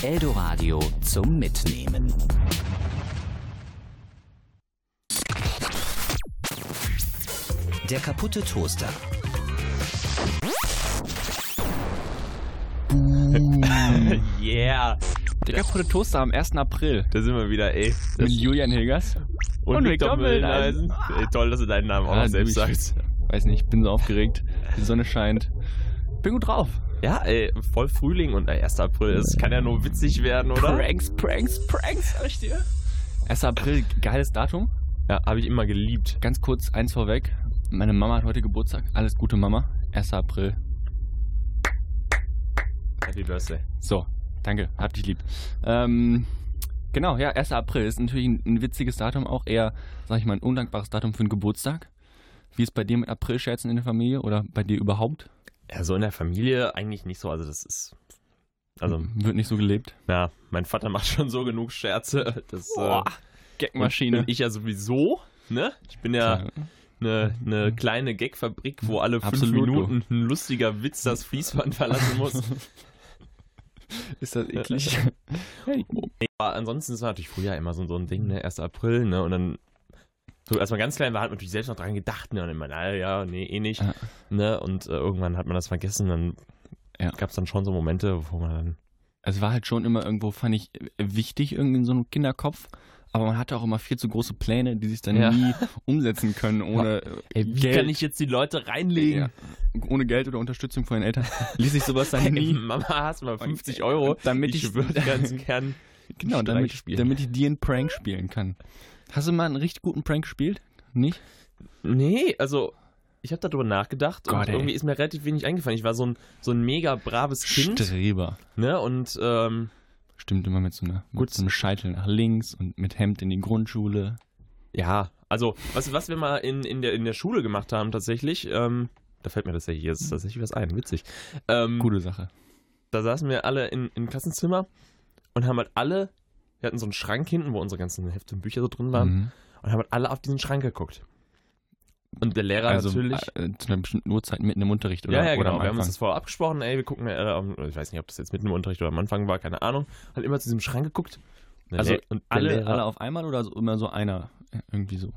Eldoradio zum Mitnehmen. Der kaputte Toaster. Yeah. Der kaputte Toaster am 1. April. Da sind wir wieder, ey. Mit Julian Hilgers. Und Victor Müllneisen. Ey, toll, dass du deinen Namen auch noch selbst sagst. Weiß nicht, ich bin so aufgeregt. Die Sonne scheint. Bin gut drauf. Ja, ey, voll Frühling und 1. April. Es kann ja nur witzig werden, oder? Pranks, sag ich dir. 1. April, geiles Datum. Ja, habe ich immer geliebt. Ganz kurz, eins vorweg. Meine Mama hat heute Geburtstag. Alles Gute, Mama. 1. April. Happy Birthday. So, danke. Hab dich lieb. Genau, ja, 1. April ist natürlich ein witziges Datum. Auch eher, sag ich mal, ein undankbares Datum für einen Geburtstag. Wie ist bei dir mit Aprilscherzen in der Familie oder bei dir überhaupt? Ja, so in der Familie eigentlich nicht so. Also das ist... Also wird nicht so gelebt. Ja, mein Vater macht schon so genug Scherze. Gagmaschine. Und ich ja sowieso, ne? Ich bin ja eine kleine Gagfabrik, wo alle 5 Minuten ein lustiger Witz das Fließband verlassen muss. Ist das eklig? Hey. Ja, ansonsten ist es natürlich früher immer so ein Ding, ne? 1. April, ne? Und dann, so als man ganz klein war, hat man natürlich selbst noch dran gedacht, ne? Und immer, nicht. Ne? Und irgendwann hat man das vergessen, dann gab es dann schon so Momente, wo man dann... Es war halt schon immer irgendwo, fand ich, wichtig irgendwie in so einem Kinderkopf, aber man hatte auch immer viel zu große Pläne, die sich dann nie umsetzen können ohne wie Geld. Kann ich jetzt die Leute reinlegen? Ja. Ohne Geld oder Unterstützung von den Eltern ließ sich sowas dann nie. Mama, hast du mal 50 Euro? Damit ich würde ganz gern damit ich dir einen Prank spielen kann. Hast du mal einen richtig guten Prank gespielt? Nicht? Nee, also ich habe darüber nachgedacht Gott, und irgendwie ist mir relativ wenig eingefallen. Ich war so ein mega braves Kind. Streber. Ne, und stimmt, immer mit so einem Scheitel nach links und mit Hemd in die Grundschule. Ja, also was wir mal in der Schule gemacht haben tatsächlich, da fällt mir tatsächlich was ein, witzig. Gute Sache. Da saßen wir alle im Klassenzimmer und haben halt wir hatten so einen Schrank hinten, wo unsere ganzen Hefte und Bücher so drin waren und haben halt alle auf diesen Schrank geguckt. Und der Lehrer natürlich... zu einer bestimmten Uhrzeit mitten im Unterricht, oder? Ja, genau. Oder wir haben uns das vorher abgesprochen, wir gucken, ich weiß nicht, ob das jetzt mitten im Unterricht oder am Anfang war, keine Ahnung, halt immer zu diesem Schrank geguckt. Also alle auf einmal oder immer so einer? Irgendwie so?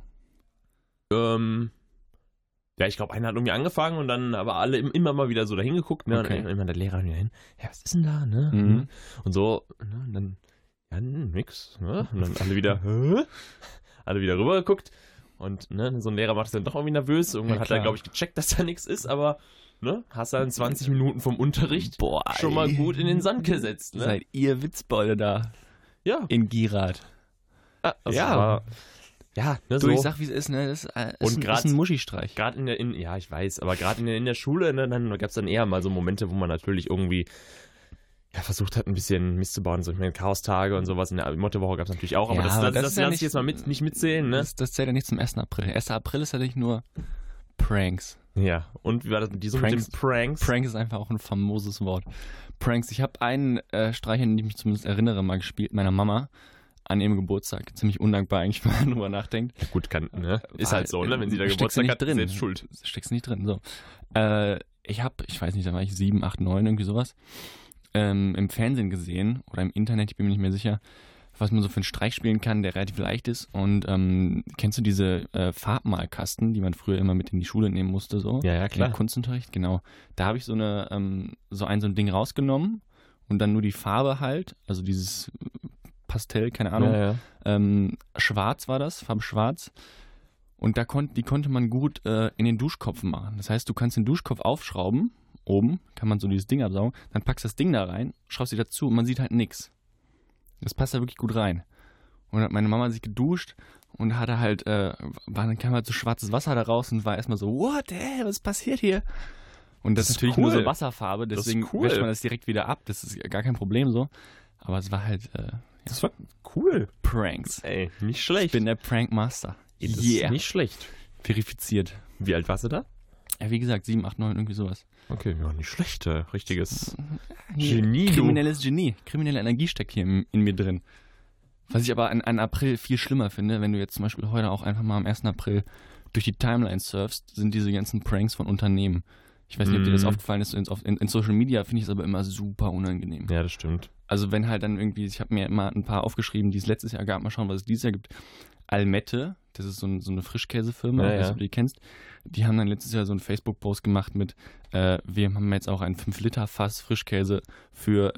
Ja, ich glaube, einer hat irgendwie angefangen und dann aber alle immer mal wieder so dahin geguckt, ne? Okay. Und immer der Lehrer wieder hin. Ja, was ist denn da, ne? Mhm. Und so, ne? Und dann, ja, nix, ne? Und dann alle wieder, alle wieder rüber geguckt. Und ne, so ein Lehrer macht es dann doch irgendwie nervös. Irgendwann hat er, glaube ich, gecheckt, dass da nichts ist, aber ne, hast dann 20 Minuten vom Unterricht schon mal gut in den Sand gesetzt. Ne? Seid ihr Witzbolle da? Ja. In Gierat. Ne, du, so. Ich sag, wie es ist, ne? Das ist ein Muschistreich. Gerade ja, ich weiß, aber gerade in der Schule, ne, dann gab es dann eher mal so Momente, wo man natürlich irgendwie versucht hat, ein bisschen Mist zu bauen. So, ich meine, Chaostage und sowas. In der Mottowoche gab es natürlich auch, aber das lasse ich jetzt mal nicht mitzählen, ne? Das zählt ja nicht zum 1. April. 1. April ist natürlich nur Pranks. Ja, und wie war das mit diesem Pranks? Prank ist einfach auch ein famoses Wort. Pranks. Ich habe einen Streich, an den ich mich zumindest erinnere, mal gespielt, meiner Mama an ihrem Geburtstag. Ziemlich undankbar eigentlich, wenn man drüber nachdenkt. Ja, gut, ist halt so, ne? Wenn sie da Geburtstag hat, drin. Selbst schuld. Steckst nicht drin, so. Ich weiß nicht, da war ich 7, 8, 9, irgendwie sowas. Im Fernsehen gesehen oder im Internet, ich bin mir nicht mehr sicher, was man so für einen Streich spielen kann, der relativ leicht ist. Und kennst du diese Farbmalkasten, die man früher immer mit in die Schule nehmen musste? So? Ja, klar. Im Kunstunterricht, genau. Da habe ich so ein Ding rausgenommen und dann nur die Farbe halt, also dieses Pastell, keine Ahnung. Ja. Schwarz war das, Farbe schwarz. Und die konnte man gut in den Duschkopf machen. Das heißt, du kannst den Duschkopf aufschrauben. Oben kann man so dieses Ding absaugen, dann packst du das Ding da rein, schraubst sie dazu und man sieht halt nichts. Das passt da wirklich gut rein. Und dann hat meine Mama sich geduscht und hatte halt, dann kam halt so schwarzes Wasser da raus und war erstmal so, what, was passiert hier? Und das ist natürlich nur so Wasserfarbe, deswegen wäscht man das direkt wieder ab, das ist gar kein Problem so. Aber es war halt, das war cool. Pranks. Ey, nicht schlecht. Ich bin der Prankmaster. Das ist nicht schlecht. Verifiziert. Wie alt warst du da? Ja, wie gesagt, 7, 8, 9, irgendwie sowas. Okay, ja, nicht schlecht. Richtiges Genie. Kriminelles Genie. Kriminelle Energie steckt hier in mir drin. Was ich aber an April viel schlimmer finde, wenn du jetzt zum Beispiel heute auch einfach mal am 1. April durch die Timeline surfst, sind diese ganzen Pranks von Unternehmen. Ich weiß nicht, ob dir das aufgefallen ist. In Social Media finde ich es aber immer super unangenehm. Ja, das stimmt. Also wenn halt dann irgendwie, ich habe mir immer ein paar aufgeschrieben, die es letztes Jahr gab, mal schauen, was es dieses Jahr gibt. Almette, das ist so eine Frischkäsefirma, Ja, ich weiß nicht, ja. ob du die kennst. Die haben dann letztes Jahr so einen Facebook-Post gemacht mit, wir haben jetzt auch ein 5-Liter-Fass Frischkäse für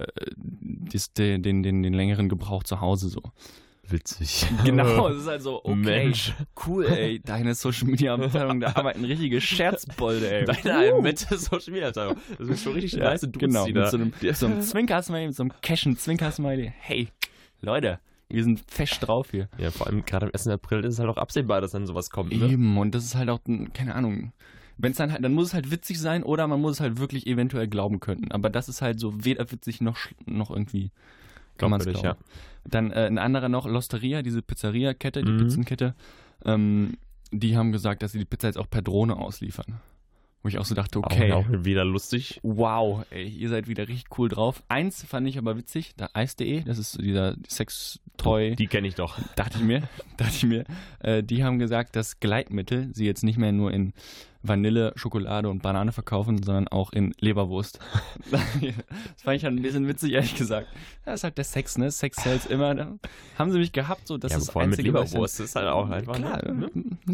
den längeren Gebrauch zu Hause so. Witzig. Genau, es ist halt so, okay, Mensch. cool, ey, deine Social-Media-Abteilung, da arbeiten richtige Scherzbolde, ey. Deine Almette Social Media Abteilung. Das ist schon richtig nice Dudes, genau, die mit da. so einem Zwinker-Smiley, mit so einem Cashen-Zwinker-Smiley. Hey, Leute, wir sind fest drauf hier. Ja, vor allem gerade am 1. April ist es halt auch absehbar, dass dann sowas kommt. Ne? Eben, und das ist halt auch, keine Ahnung, wenn es dann muss es halt witzig sein oder man muss es halt wirklich eventuell glauben können. Aber das ist halt so weder witzig noch irgendwie kann man es glauben. Ja. Dann ein anderer noch, L'Osteria, diese Pizzeria-Kette, die Mhm. Pizzenkette, die haben gesagt, dass sie die Pizza jetzt auch per Drohne ausliefern. Wo ich auch so dachte, okay, Auch wieder lustig. wow, ey, ihr seid wieder richtig cool drauf. Eins fand ich aber witzig, da Eis.de, das ist so dieser Sextoy. Die kenne ich doch. Dachte ich mir. Die haben gesagt, dass Gleitmittel sie jetzt nicht mehr nur in Vanille, Schokolade und Banane verkaufen, sondern auch in Leberwurst. Das fand ich halt ein bisschen witzig, ehrlich gesagt. Das ist halt der Sex, ne? Sex sells immer. Da haben sie mich gehabt, so das Ja, ist das vor allem mit Einzige, was ich dann- Leberwurst. Das ist halt auch einfach. Klar, Ne?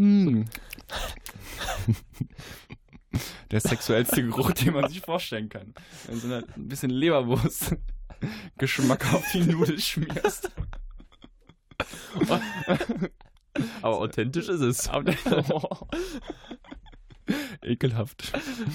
Der sexuellste Geruch, den man sich vorstellen kann. Wenn du so ein bisschen Leberwurst Geschmack auf die Nudel schmierst. Aber authentisch ist es. Ekelhaft.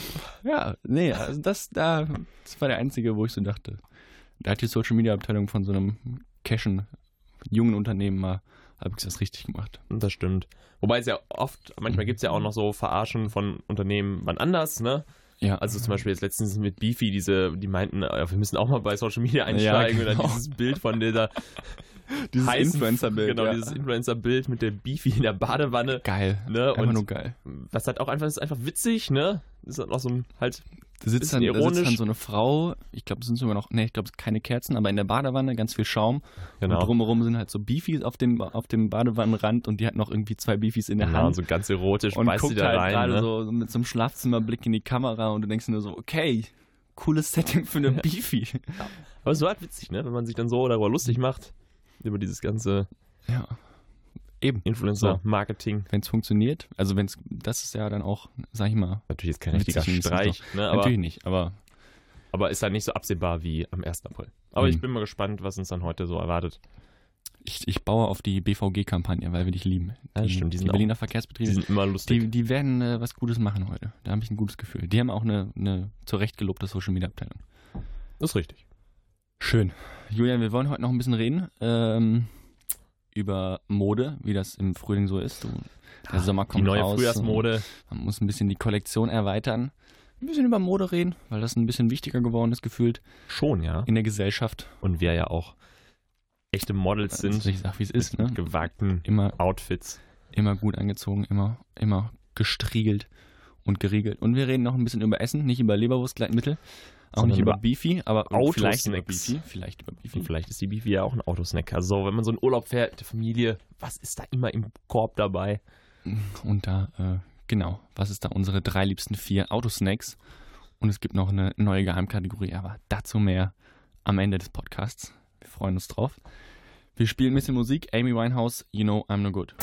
Ja, nee, also das war der einzige, wo ich so dachte. Da hat die Social Media Abteilung von so einem cashen jungen Unternehmen mal halbwegs das richtig gemacht. Das stimmt. Wobei es ja oft, manchmal gibt es ja auch noch so Verarschen von Unternehmen wann anders, ne? Ja, Also zum Beispiel jetzt letztens mit Beefy, die meinten, wir müssen auch mal bei Social Media einsteigen. Ja, genau. Oder dieses Bild von dieser dieses heißen- Influencer-Bild. Genau, ja. dieses Influencer-Bild mit der Beefy in der Badewanne. Geil. Ne? Einfach Und nur geil. was halt auch einfach ist einfach witzig, ne? Das ist halt auch so ein halt. Da sitzt bisschen dann ironisch. so eine Frau, ich glaube, es sind sogar noch, ich glaube, es sind keine Kerzen, aber in der Badewanne ganz viel Schaum. Genau. Und drumherum sind halt so Beefies auf dem Badewannenrand und die hat noch irgendwie 2 Beefies in der Genau, Hand. so ganz erotisch Und beißt sie guckt da halt rein. gerade Ne? so mit so einem Schlafzimmerblick in die Kamera und du denkst dir nur so, okay, cooles Setting für eine Beefy. Aber es war halt witzig, ne? Wenn man sich dann so darüber lustig macht, über dieses ganze Ja, eben. Influencer-Marketing. Wenn es funktioniert, also das ist ja dann auch, sag ich mal, Natürlich jetzt kein Witzig richtiger wenigstens Streich, ne? natürlich nicht, aber Aber ist halt nicht so absehbar wie am 1. April. Aber ich Mhm. bin mal gespannt, was uns dann heute so erwartet. ich baue auf die BVG-Kampagne, weil wir dich lieben. Ja, die, stimmt, die die sind Berliner Die Verkehrsbetriebe, sind immer lustig. die werden was Gutes machen heute. Da habe ich ein gutes Gefühl. Die haben auch eine zurecht gelobte Social-Media-Abteilung. Das ist richtig. Schön. Julian, wir wollen heute noch ein bisschen reden über Mode, wie das im Frühling so ist. Der Sommer Die kommt neue raus. Frühjahrsmode. Man muss ein bisschen die Kollektion erweitern. Ein bisschen über Mode reden, weil das ein bisschen wichtiger geworden ist, gefühlt Schon, ja. in der Gesellschaft. Und wir ja auch echte Models sind. Ich sag, wie es ist, ne? Mit gewagten Immer, Outfits. immer gut angezogen, immer gestriegelt und geriegelt. Und wir reden noch ein bisschen über Essen, nicht über Leberwurstgleitmittel, auch Sondern nicht über über Beefy, aber vielleicht über Autosnacks. Beefy. Vielleicht über Beefy. Und vielleicht ist die Beefy ja auch ein Autosnack. Also wenn man so in Urlaub fährt mit der Familie, was ist da immer im Korb dabei? Und da, genau, was ist da unsere 3 liebsten 4 Autosnacks? Und es gibt noch eine neue Geheimkategorie, aber dazu mehr am Ende des Podcasts. Wir freuen uns drauf. Wir spielen ein bisschen Musik. Amy Winehouse, You Know I'm No Good.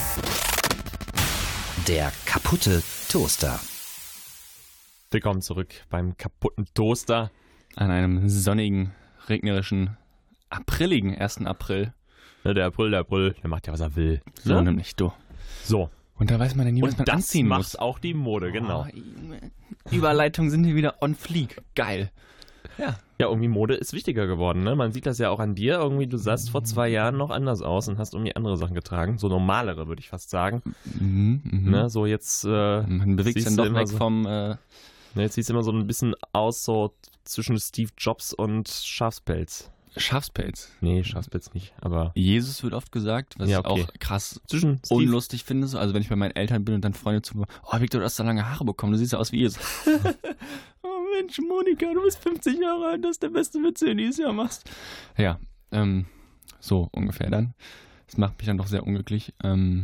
Der kaputte Toaster. Willkommen zurück beim kaputten Toaster. An einem sonnigen, regnerischen, apriligen 1. April. Ne, der April, der macht ja, was er will. So Ne? nämlich, du. So. Und da weiß man dann nie, was Und man das anziehen macht muss. auch die Mode, genau. Oh, Überleitungen sind hier wieder on fleek. Geil. Ja. Ja, irgendwie Mode ist wichtiger geworden, ne? Man sieht das ja auch an dir. Irgendwie, du sahst vor 2 Jahren noch anders aus und hast irgendwie andere Sachen getragen. So normalere, würde ich fast sagen. Ne? So jetzt, Man bewegt sich siehst dann du doch immer weg so- vom... ne, jetzt sieht es immer so ein bisschen aus, so zwischen Steve Jobs und Schafspelz. Schafspelz. Nee, Schafspelz nicht, aber Jesus wird oft gesagt, was Ja, ich okay. auch krass zwischen Steve unlustig finde. So. Also wenn ich bei meinen Eltern bin und dann Freunde zu mir, oh Victor, du hast so lange Haare bekommen, du siehst ja aus wie Jesus. Oh Mensch, Monika, du bist 50 Jahre alt, das ist der beste Witz, den du dieses Jahr machst. Ja, so ungefähr dann. Das macht mich dann doch sehr unglücklich.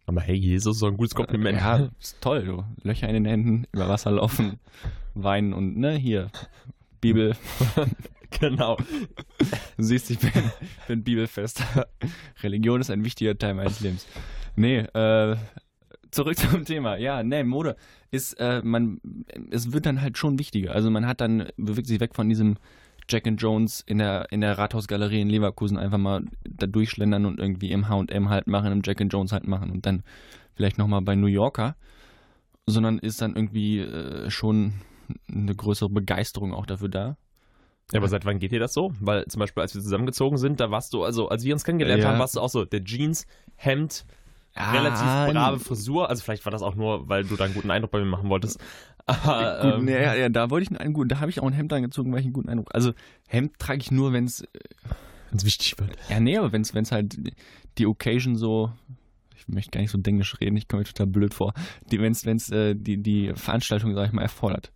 Aber hey, Jesus ist so ein gutes Kompliment. Ja, ist toll, du. Löcher in den Händen, über Wasser laufen, weinen und, hier, Bibel. Genau. Du siehst, ich bin bibelfest. Religion ist ein wichtiger Teil meines Lebens. Nee, zurück zum Thema. Ja, Mode ist, es wird dann halt schon wichtiger. Also man bewegt sich weg von diesem Jack and Jones in der Rathausgalerie in Leverkusen einfach mal da durchschlendern und irgendwie im H&M halt machen, im Jack and Jones halt machen und dann vielleicht nochmal bei New Yorker, sondern ist dann irgendwie schon eine größere Begeisterung auch dafür da. Ja, aber seit wann geht dir das so? Weil zum Beispiel, als wir zusammengezogen sind, da warst du, also als wir uns kennengelernt haben, warst du auch so der Jeans, Hemd, relativ brave Frisur. Also vielleicht war das auch nur, weil du da einen guten Eindruck bei mir machen wolltest. Aber, da wollte ich da habe ich auch ein Hemd angezogen, weil ich einen guten Eindruck. Also Hemd trage ich nur, wenn es wichtig wird. Ja, nee, aber wenn es halt die Occasion so, ich möchte gar nicht so denglisch reden, ich komme mir total blöd vor, wenn es die Veranstaltung, sag ich mal, erfordert.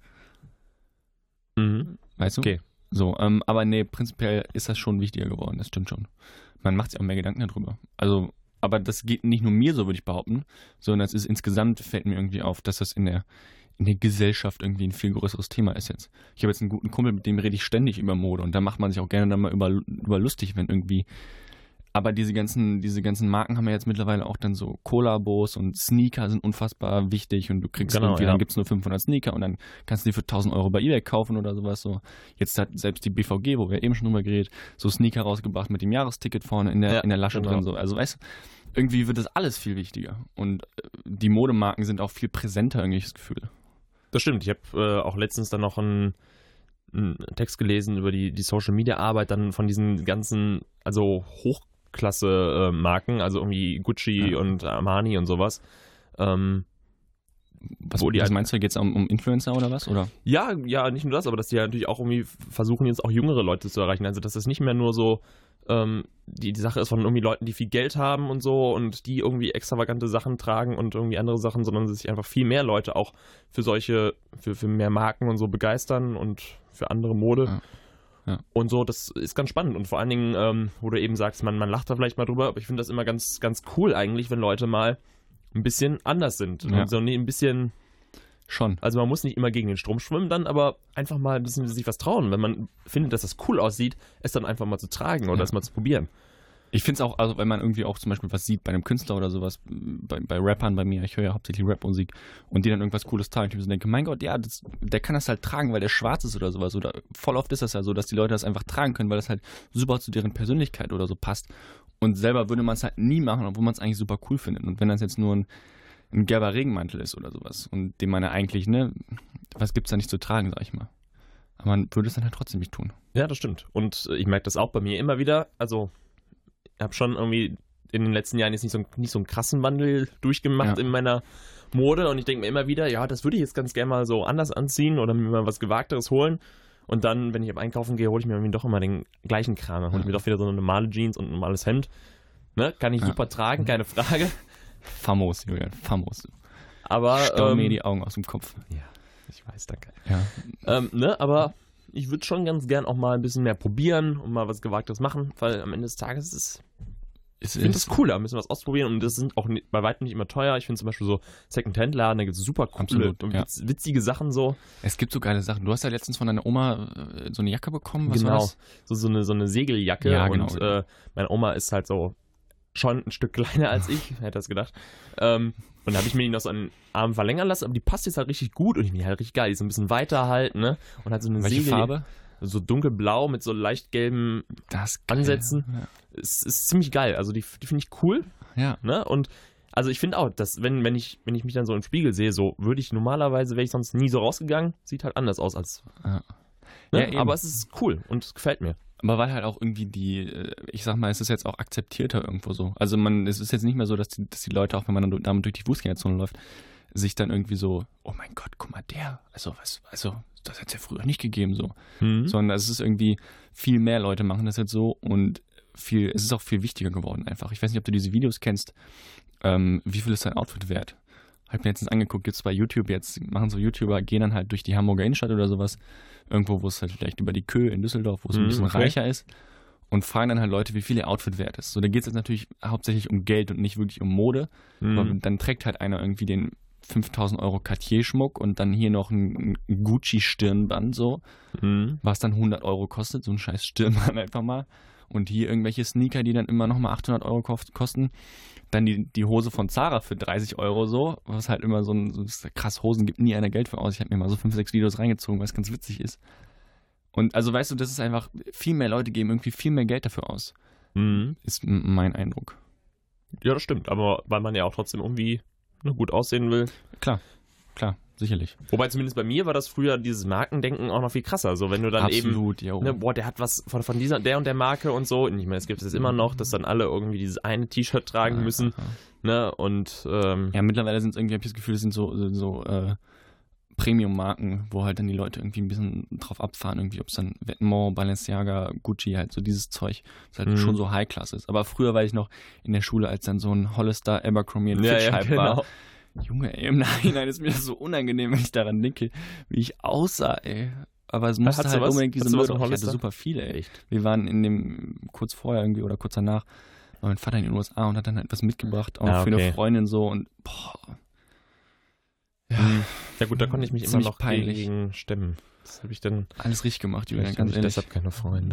Mhm. Weißt du? Okay. So, aber nee, prinzipiell ist das schon wichtiger geworden, das stimmt schon. Man macht sich auch mehr Gedanken darüber. Also, aber das geht nicht nur mir so, würde ich behaupten, sondern es ist insgesamt, fällt mir irgendwie auf, dass das in der Gesellschaft irgendwie ein viel größeres Thema ist jetzt. Ich habe jetzt einen guten Kumpel, mit dem rede ich ständig über Mode und da macht man sich auch gerne dann mal über lustig, wenn irgendwie. Aber diese ganzen Marken haben ja jetzt mittlerweile auch dann so Kollabos und Sneaker sind unfassbar wichtig und du kriegst dann gibt es nur 500 Sneaker und dann kannst du die für 1.000 Euro bei eBay kaufen oder sowas. So. Jetzt hat selbst die BVG, wo wir eben schon drüber geredet, so Sneaker rausgebracht mit dem Jahresticket vorne in der Lasche drin. So. Also weißt du, irgendwie wird das alles viel wichtiger und die Modemarken sind auch viel präsenter, irgendwie das Gefühl. Das stimmt. Ich habe auch letztens dann noch einen Text gelesen über die Social-Media-Arbeit dann von diesen ganzen, also Hochklasse-Marken, also irgendwie Gucci und Armani und sowas. Was meinst du, geht es um Influencer oder was? Oder? Ja, nicht nur das, aber dass die ja natürlich auch irgendwie versuchen, jetzt auch jüngere Leute zu erreichen. Also dass das nicht mehr nur so die Sache ist von irgendwie Leuten, die viel Geld haben und so und die irgendwie extravagante Sachen tragen und irgendwie andere Sachen, sondern dass sich einfach viel mehr Leute auch für für mehr Marken und so begeistern und für andere Mode. Ja. Und so, das ist ganz spannend und vor allen Dingen, wo du eben sagst, man lacht da vielleicht mal drüber, aber ich finde das immer ganz, ganz cool eigentlich, wenn Leute mal ein bisschen anders sind und so ein bisschen schon. Also man muss nicht immer gegen den Strom schwimmen dann, aber einfach mal ein bisschen sich was trauen, wenn man findet, dass das cool aussieht, es dann einfach mal zu tragen oder es mal zu probieren. Ich finde es auch, also wenn man irgendwie auch zum Beispiel was sieht bei einem Künstler oder sowas, bei Rappern bei mir, ich höre ja hauptsächlich Rapmusik und die dann irgendwas Cooles tragen, ich so denke, mein Gott, ja, der kann das halt tragen, weil der schwarz ist oder sowas, oder voll oft ist das ja so, dass die Leute das einfach tragen können, weil das halt super zu deren Persönlichkeit oder so passt und selber würde man es halt nie machen, obwohl man es eigentlich super cool findet und wenn das jetzt nur ein gelber Regenmantel ist oder sowas und den man ja eigentlich, was gibt's da nicht zu tragen, sag ich mal. Aber man würde es dann halt trotzdem nicht tun. Ja, das stimmt. Und ich merke das auch bei mir immer wieder, also ich habe schon irgendwie in den letzten Jahren jetzt nicht so einen krassen Wandel durchgemacht in meiner Mode und ich denke mir immer wieder, ja, das würde ich jetzt ganz gerne mal so anders anziehen oder mir mal was Gewagteres holen und dann, wenn ich am Einkaufen gehe, hole ich mir irgendwie doch immer den gleichen Kram, dann hole ich mir doch wieder so eine normale Jeans und ein normales Hemd, kann ich super tragen, keine Frage. Famos, Julian, famos. Aber stau mir die Augen aus dem Kopf. Ja, ich weiß, danke. Ja. Aber ich würde schon ganz gern auch mal ein bisschen mehr probieren und mal was Gewagtes machen, weil am Ende des Tages ich finde das cooler, ein bisschen was ausprobieren und das sind auch bei weitem nicht immer teuer. Ich finde zum Beispiel so Second-Hand-Laden, da gibt es super coole und witzige Sachen so. Es gibt so geile Sachen. Du hast ja letztens von deiner Oma so eine Jacke bekommen, was war das? So eine Segeljacke und meine Oma ist halt so schon ein Stück kleiner als ich, hätte das gedacht. Und da habe ich mir die noch so an den Arm verlängern lassen, aber die passt jetzt halt richtig gut und ich finde die halt richtig geil. Die ist so ein bisschen weiter halt, und hat so eine Welche Farbe? So dunkelblau mit so leicht gelben Ansätzen. Ja. Ist ziemlich geil. Also die finde ich cool. Ja. Und also ich finde auch, dass wenn ich mich dann so im Spiegel sehe, so würde ich normalerweise, wäre ich sonst nie so rausgegangen, sieht halt anders aus als. Ja. Aber es ist cool und es gefällt mir. Aber weil halt auch irgendwie ich sag mal, es ist jetzt auch akzeptierter irgendwo so. Also es ist jetzt nicht mehr so, dass die Leute, auch wenn man dann damit durch die Fußgängerzone läuft, sich dann irgendwie so, oh mein Gott, guck mal, das hat es ja früher nicht gegeben so. Sondern es ist irgendwie, viel mehr Leute machen das jetzt so und es ist auch viel wichtiger geworden einfach. Ich weiß nicht, ob du diese Videos kennst, wie viel ist dein Outfit wert? Hab mir jetzt angeguckt, gibt's bei YouTube jetzt, machen so YouTuber, gehen dann halt durch die Hamburger Innenstadt oder sowas, irgendwo, wo es halt vielleicht über die Kö in Düsseldorf, wo es ein bisschen reicher ist und fragen dann halt Leute, wie viel ihr Outfit wert ist. So, da geht es jetzt natürlich hauptsächlich um Geld und nicht wirklich um Mode. Aber dann trägt halt einer irgendwie den 5.000 Euro Cartier-Schmuck und dann hier noch ein Gucci-Stirnband, so, was dann 100 Euro kostet, so ein scheiß Stirnband einfach mal. Und hier irgendwelche Sneaker, die dann immer nochmal 800 Euro kosten. Dann die Hose von Zara für 30 Euro so, was halt immer so krass, Hosen gibt nie einer Geld für aus. Ich habe mir mal so 5, 6 Videos reingezogen, was ganz witzig ist. Und also weißt du, das ist einfach, viel mehr Leute geben irgendwie viel mehr Geld dafür aus. Ist mein Eindruck. Ja, das stimmt, aber weil man ja auch trotzdem irgendwie gut aussehen will. Klar, sicherlich. Wobei zumindest bei mir war das früher dieses Markendenken auch noch viel krasser. So, wenn du dann Absolut, eben, ne, boah, der hat was von dieser, der und der Marke und so. Und ich meine, es gibt es immer noch, dass dann alle irgendwie dieses eine T-Shirt tragen müssen. Ne, und ja, mittlerweile sind es irgendwie, habe ich das Gefühl, das sind so Premium-Marken, wo halt dann die Leute irgendwie ein bisschen drauf abfahren, irgendwie, ob es dann Vetements, Balenciaga, Gucci, halt so dieses Zeug, das halt schon so High-Class ist. Aber früher war ich noch in der Schule, als dann so ein Hollister, Abercrombie und Fitch-Hype war. Junge, ey, im Nachhinein ist mir das so unangenehm, wenn ich daran denke, wie ich aussah, ey. Aber es musste halt unbedingt diese Mode. Ich hatte super viele, ey. Echt? Wir waren kurz vorher irgendwie oder kurz danach, war mein Vater in den USA und hat dann halt was mitgebracht, auch für eine Freundin so und boah. Ja gut, da konnte ich mich immer noch gegen stemmen. Das habe ich dann alles richtig gemacht, Julian, ganz ehrlich. Deshalb keine Freunde.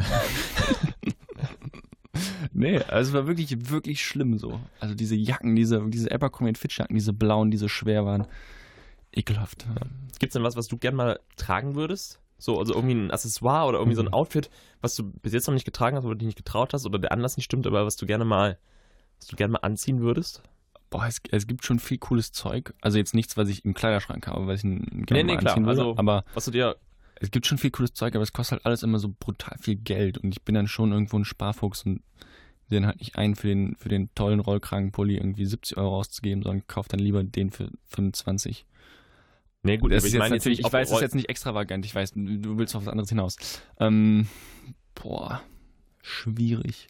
Nee, also es war wirklich, wirklich schlimm so. Also diese Jacken, diese Abercrombie & Fitch Jacken, diese blauen, die so schwer waren. Ekelhaft. Ja. Gibt es denn was du gerne mal tragen würdest? So, also irgendwie ein Accessoire oder irgendwie so ein Outfit, was du bis jetzt noch nicht getragen hast, wo du dich nicht getraut hast oder der Anlass nicht stimmt, aber was du gerne mal anziehen würdest? Boah, es gibt schon viel cooles Zeug. Also jetzt nichts, was ich im Kleiderschrank habe, was ich gerne mal anziehen würde. Also, aber was du dir... Es gibt schon viel cooles Zeug, aber es kostet halt alles immer so brutal viel Geld. Und ich bin dann schon irgendwo ein Sparfuchs und sehe dann halt nicht ein, für den tollen Rollkragenpulli irgendwie 70 Euro auszugeben, sondern kaufe dann lieber den für 25. Nee, gut, das ist jetzt natürlich, ich weiß, das ist jetzt nicht extravagant. Ich weiß, du willst auf was anderes hinaus. Schwierig.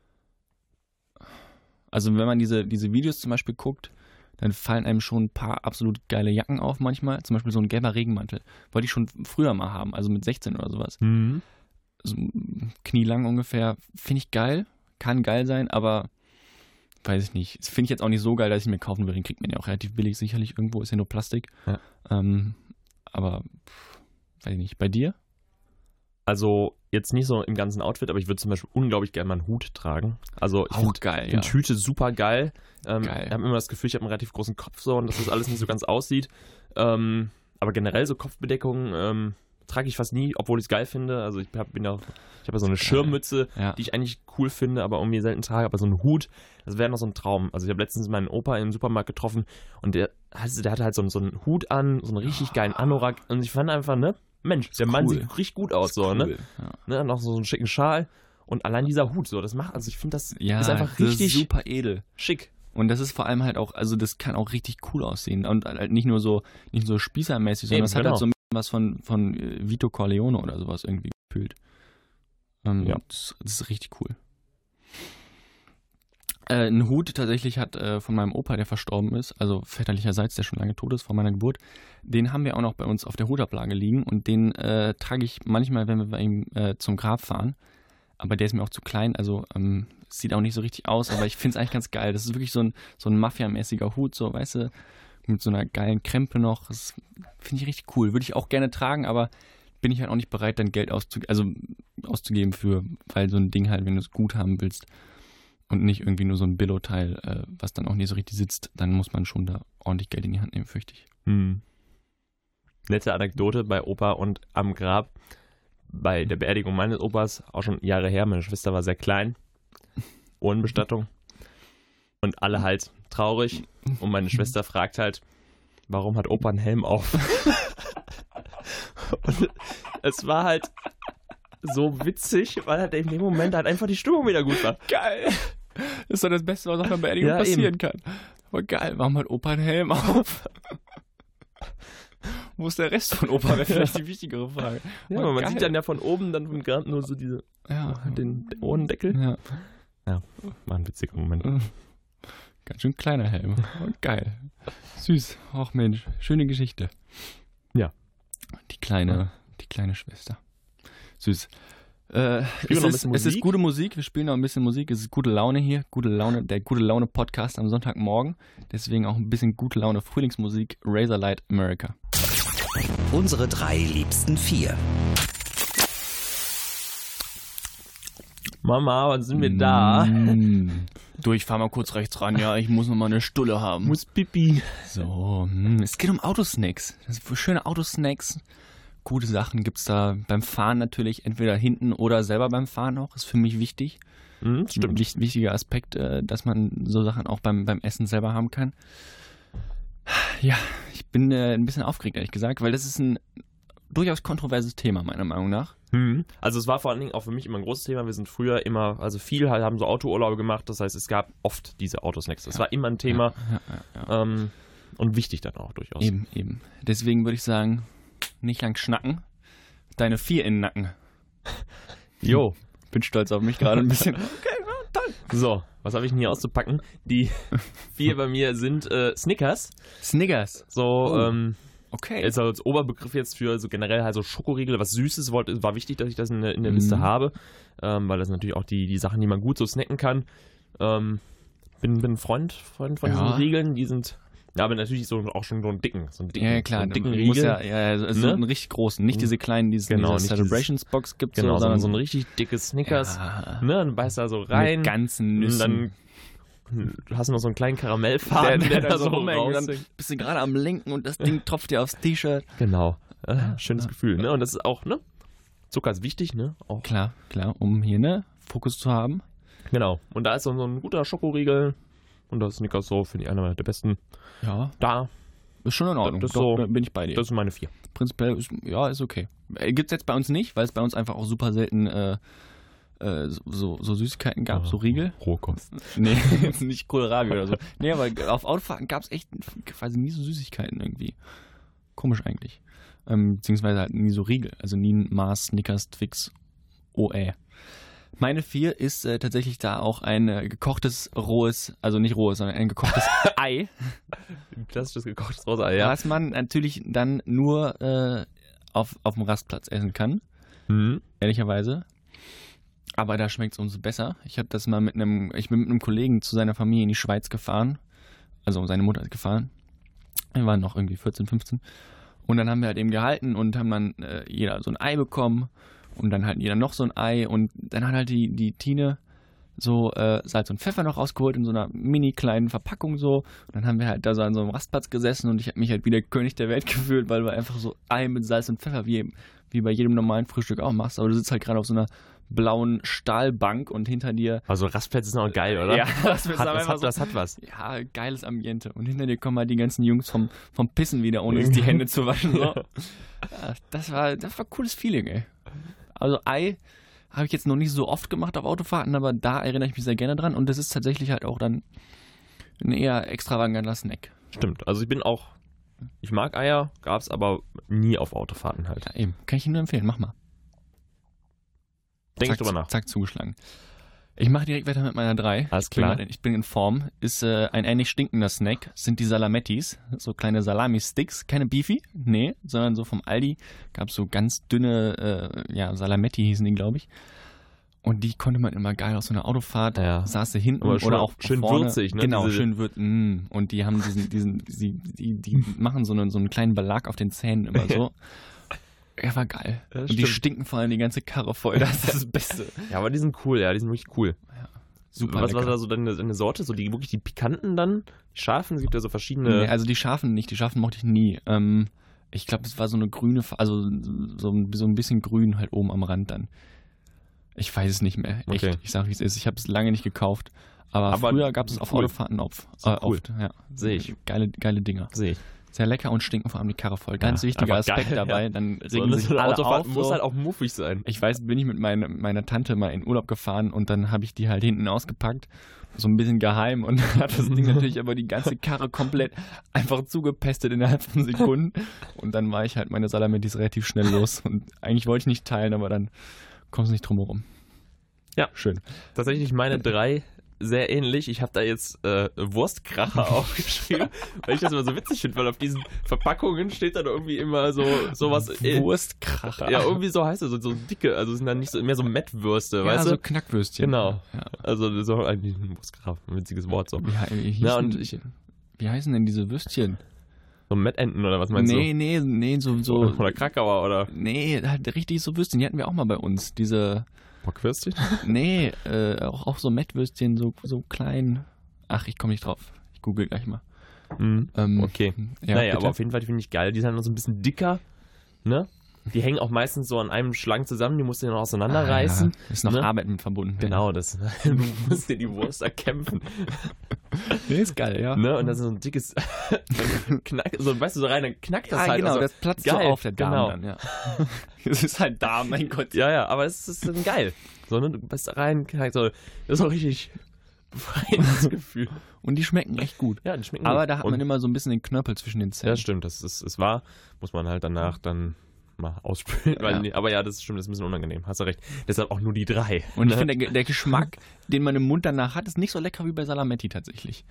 Also wenn man diese Videos zum Beispiel guckt, dann fallen einem schon ein paar absolut geile Jacken auf manchmal. Zum Beispiel so ein gelber Regenmantel. Wollte ich schon früher mal haben, also mit 16 oder sowas. So knielang ungefähr. Finde ich geil. Kann geil sein, aber weiß ich nicht. Das finde ich jetzt auch nicht so geil, dass ich ihn mir kaufen will. Den kriegt man ja auch relativ billig sicherlich irgendwo. Ist ja nur Plastik. Ja. Aber weiß ich nicht. Bei dir? Also jetzt nicht so im ganzen Outfit, aber ich würde zum Beispiel unglaublich gerne mal einen Hut tragen. Also ich finde geil, Tüte super geil. Ich habe immer das Gefühl, ich habe einen relarelativ großen Kopf so und dass das alles nicht so ganz aussieht. Aber generell so Kopfbedeckung trage ich fast nie, obwohl ich es geil finde. Also ich habe ja so eine Schirmmütze, die ich eigentlich cool finde, aber irgendwie selten trage. Aber so ein Hut, das wäre noch so ein Traum. Also ich habe letztens meinen Opa im Supermarkt getroffen und der hatte halt so einen Hut an, so einen richtig geilen Anorak und ich fand einfach, ne? Mensch, der Mann sieht richtig gut aus, so, ne? Ja. Ne? Noch so einen schicken Schal und allein dieser Hut, so, das macht, also ich finde, das ist einfach richtig super edel. Schick. Und das ist vor allem halt auch, also das kann auch richtig cool aussehen und halt nicht nur so spießermäßig, sondern das hat halt so was von Vito Corleone oder sowas irgendwie gefühlt. Das ist richtig cool. Ein Hut tatsächlich hat von meinem Opa, der verstorben ist, also väterlicherseits, der schon lange tot ist, vor meiner Geburt, den haben wir auch noch bei uns auf der Hutablage liegen und den trage ich manchmal, wenn wir bei ihm zum Grab fahren. Aber der ist mir auch zu klein, also sieht auch nicht so richtig aus, aber ich finde es eigentlich ganz geil. Das ist wirklich so ein Mafia-mäßiger Hut, so, weißt du, mit so einer geilen Krempe noch. Das finde ich richtig cool. Würde ich auch gerne tragen, aber bin ich halt auch nicht bereit, dann Geld auszugeben für, weil so ein Ding halt, wenn du es gut haben willst und nicht irgendwie nur so ein Billo-Teil, was dann auch nicht so richtig sitzt, dann muss man schon da ordentlich Geld in die Hand nehmen, fürchte ich. Nette Anekdote bei Opa und am Grab. Bei der Beerdigung meines Opas, auch schon Jahre her, meine Schwester war sehr klein, Urnenbestattung und alle halt traurig und meine Schwester fragt halt, warum hat Opa einen Helm auf? Und es war halt so witzig, weil halt in dem Moment halt einfach die Stimmung wieder gut war. Geil! Das ist doch das Beste, was auf einer Beerdigung passieren kann. Aber geil, warum hat Opa einen Helm auf? Wo ist der Rest von Opa? Wäre vielleicht die wichtigere Frage. Ja, aber man sieht dann ja von oben dann vom Grab nur so den Ohrendeckel. Ja, war ein witziger Moment. Ganz schön kleiner Helm. Oh, geil. Süß. Ach Mensch, schöne Geschichte. Ja. Die kleine Schwester. Süß. Es ist gute Musik, wir spielen noch ein bisschen Musik, es ist gute Laune hier, der gute Laune Podcast am Sonntagmorgen, deswegen auch ein bisschen gute Laune Frühlingsmusik, Razorlight America. Unsere 3 liebsten 4. Mama, wann sind wir da? Du, ich fahr mal kurz rechts ran, ja, ich muss noch mal eine Stulle haben. Muss Pipi. So, es geht um Autosnacks. Das sind schöne Autosnacks. Gute Sachen gibt's da beim Fahren natürlich, entweder hinten oder selber beim Fahren auch. Ist für mich wichtig. Stimmt. Wichtiger Aspekt, dass man so Sachen auch beim Essen selber haben kann. Ja, ich bin ein bisschen aufgeregt, ehrlich gesagt, weil das ist ein durchaus kontroverses Thema, meiner Meinung nach. Also es war vor allen Dingen auch für mich immer ein großes Thema. Wir sind früher immer, also viel haben so Autourlaube gemacht. Das heißt, es gab oft diese Autosnacks. Das war immer ein Thema. Ja. Und wichtig dann auch durchaus. Eben. Deswegen würde ich sagen, nicht lang schnacken. Deine 4 in den Nacken. Jo. Bin stolz auf mich gerade ein bisschen. Okay, toll. So, was habe ich denn hier auszupacken? Die 4 bei mir sind Snickers. Snickers. So, okay. Also als Oberbegriff jetzt für so generell halt so Schokoriegel, was Süßes, war wichtig, dass ich das in der Liste habe, weil das natürlich auch die Sachen, die man gut so snacken kann. Bin Freund von diesen Riegeln, die sind, ja, aber natürlich auch schon so einen dicken ja, klar, so einen dicken Riegel. Riegel. So einen richtig großen, nicht diese kleinen, die es in dieser Celebrations-Box gibt, sondern so ein richtig dickes Snickers, dann beißt da so rein. Mit ganzen Nüssen. Und dann hast du noch so einen kleinen Karamellfaden, der da so rumhängt. Und dann bist du gerade am Lenken und das Ding tropft dir aufs T-Shirt. Genau. Schönes Gefühl, ne? Und das ist auch, ne? Zucker ist wichtig, ne? Auch. Klar, um hier, Fokus zu haben. Genau. Und da ist so ein guter Schokoriegel. Und das Snickers so, finde ich, einer der besten. Ja. Da. Ist schon in Ordnung. Da bin ich bei dir. Das sind meine 4. Prinzipiell ist okay. Gibt's jetzt bei uns nicht, weil es bei uns einfach auch super selten so Süßigkeiten gab, so Riegel. Rohkost. Nee, nicht Kohlrabi oder so. Nee, aber auf Autofahrten gab es echt quasi nie so Süßigkeiten irgendwie. Komisch eigentlich. Beziehungsweise halt nie so Riegel. Also nie ein Mars, Snickers, Twix, OE. Meine 4 ist tatsächlich da auch ein gekochtes rohes, also nicht rohes, sondern ein gekochtes Ei. Ein klassisches gekochtes rohes Ei, ja. Was man natürlich dann nur auf dem Rastplatz essen kann. Ehrlicherweise. Aber da schmeckt es umso besser. Ich bin mit einem Kollegen zu seiner Familie in die Schweiz gefahren. Also seine Mutter ist gefahren. Wir waren noch irgendwie 14, 15. Und dann haben wir halt eben gehalten und haben dann jeder so ein Ei bekommen. Und dann halt jeder noch so ein Ei. Und dann hat halt die Tine so Salz und Pfeffer noch rausgeholt in so einer mini kleinen Verpackung so. Und dann haben wir halt da so an so einem Rastplatz gesessen und ich habe mich halt wie der König der Welt gefühlt, weil du einfach so Ei mit Salz und Pfeffer wie bei jedem normalen Frühstück auch machst. Aber du sitzt halt gerade auf so einer blauen Stahlbank und hinter dir... Also Rastplätze sind auch geil, oder? Ja, das hat was. Ja, geiles Ambiente. Und hinter dir kommen halt die ganzen Jungs vom Pissen wieder, ohne sich die Hände zu waschen. So. Ja, das war ein cooles Feeling, ey. Also Ei habe ich jetzt noch nicht so oft gemacht auf Autofahrten, aber da erinnere ich mich sehr gerne dran. Und das ist tatsächlich halt auch dann ein eher extravaganter Snack. Stimmt, also ich mag Eier, gab's aber nie auf Autofahrten halt. Ja, eben. Kann ich Ihnen nur empfehlen, mach mal. Denk drüber nach. Zack, zugeschlagen. Ich mache direkt weiter mit meiner 3. Alles klar. Ich bin in Form. Ist ein ähnlich stinkender Snack. Sind die Salamettis. So kleine Salami-Sticks. Keine Beefy, nee, sondern so vom Aldi. Gab so ganz dünne, Salametti hießen die, glaube ich. Und die konnte man immer geil aus so einer Autofahrt, saß sie hinten oder auch schön vorne. Würzig, ne? Genau, schön würzig. Und die haben die machen so einen kleinen Belag auf den Zähnen immer so. Ja, war geil. Ja, und die stinken vor allem die ganze Karre voll. Das ist das Beste. Ja, aber die sind cool, die sind wirklich cool. Ja, super. Was war da so deine Sorte? So wirklich die pikanten dann? Die scharfen? Es gibt ja so verschiedene. Nee, also die scharfen nicht. Die scharfen mochte ich nie. Ich glaube, es war so eine grüne, also so ein bisschen grün halt oben am Rand dann. Ich weiß es nicht mehr. Echt. Okay. Ich sag, wie es ist. Ich habe es lange nicht gekauft. Aber früher gab es auf Autofahrten oft. Ja. Sehe ich. Geile Dinger. Sehe ich. Sehr lecker und stinken vor allem die Karre voll. Ganz wichtiger Aspekt geil, dabei. Ja. Dann regen sich alle Autofahrt auf. Muss halt auch muffig sein. Ich weiß, bin ich mit meiner Tante mal in Urlaub gefahren und dann habe ich die halt hinten ausgepackt. So ein bisschen geheim und hat das Ding natürlich aber die ganze Karre komplett einfach zugepestet innerhalb von Sekunden. Und dann war ich halt meine Salamettis relativ schnell los. Und eigentlich wollte ich nicht teilen, aber dann kommst du nicht drum herum. Ja. Schön. Tatsächlich meine 3 sehr ähnlich. Ich habe da jetzt Wurstkracher aufgeschrieben, weil ich das immer so witzig finde, weil auf diesen Verpackungen steht dann irgendwie immer sowas. Wurstkracher. Ja, irgendwie so heißt es, so dicke, also sind dann nicht so mehr so Mettwürste, Ja, weißt du? so Knackwürstchen. Genau. Ja. Also so eigentlich ein Wurstkracher, ein witziges Wort so. Wie heißen denn diese Würstchen? So Mettenten oder was meinst du? Nee, so. Oder Krakauer oder Nee, halt richtig so Würstchen. Die hatten wir auch mal bei uns. Diese. Bockwürstchen? Nee, auch so Mettwürstchen, so klein. Ach, ich komme nicht drauf. Ich google gleich mal. Okay. Ja, naja, bitte? aber auf jeden Fall finde ich geil. Die sind noch so ein bisschen dicker, ne? Die hängen auch meistens so an einem Schlang zusammen, die musst du dann auseinanderreißen. Ja, ist noch ne? Arbeit mit verbunden. Genau, du musst dir die Wurst erkämpfen. Nee, ist geil, ja. Ne? Und das ist so ein dickes Knack, so, weißt du, so rein, dann knackt das Ja, halt. genau, also, das platzt geil, so auf der Darm genau. dann, ja. Es ist halt Darm, mein Gott. Ja, aber es ist dann geil. So, ne? Du bist da rein, knackt so, das ist auch richtig befreiendes Gefühl. Und die schmecken echt gut. Ja, die schmecken Aber gut. da hat man immer so ein bisschen den Knöppel zwischen den Ja, Zähnen. stimmt, es war, muss man halt danach dann mal ausspülen. Weil, aber ja, das stimmt, das ist ein bisschen unangenehm. Hast du recht. Deshalb auch nur die 3. Und ich finde, der Geschmack, den man im Mund danach hat, ist nicht so lecker wie bei Salametti tatsächlich.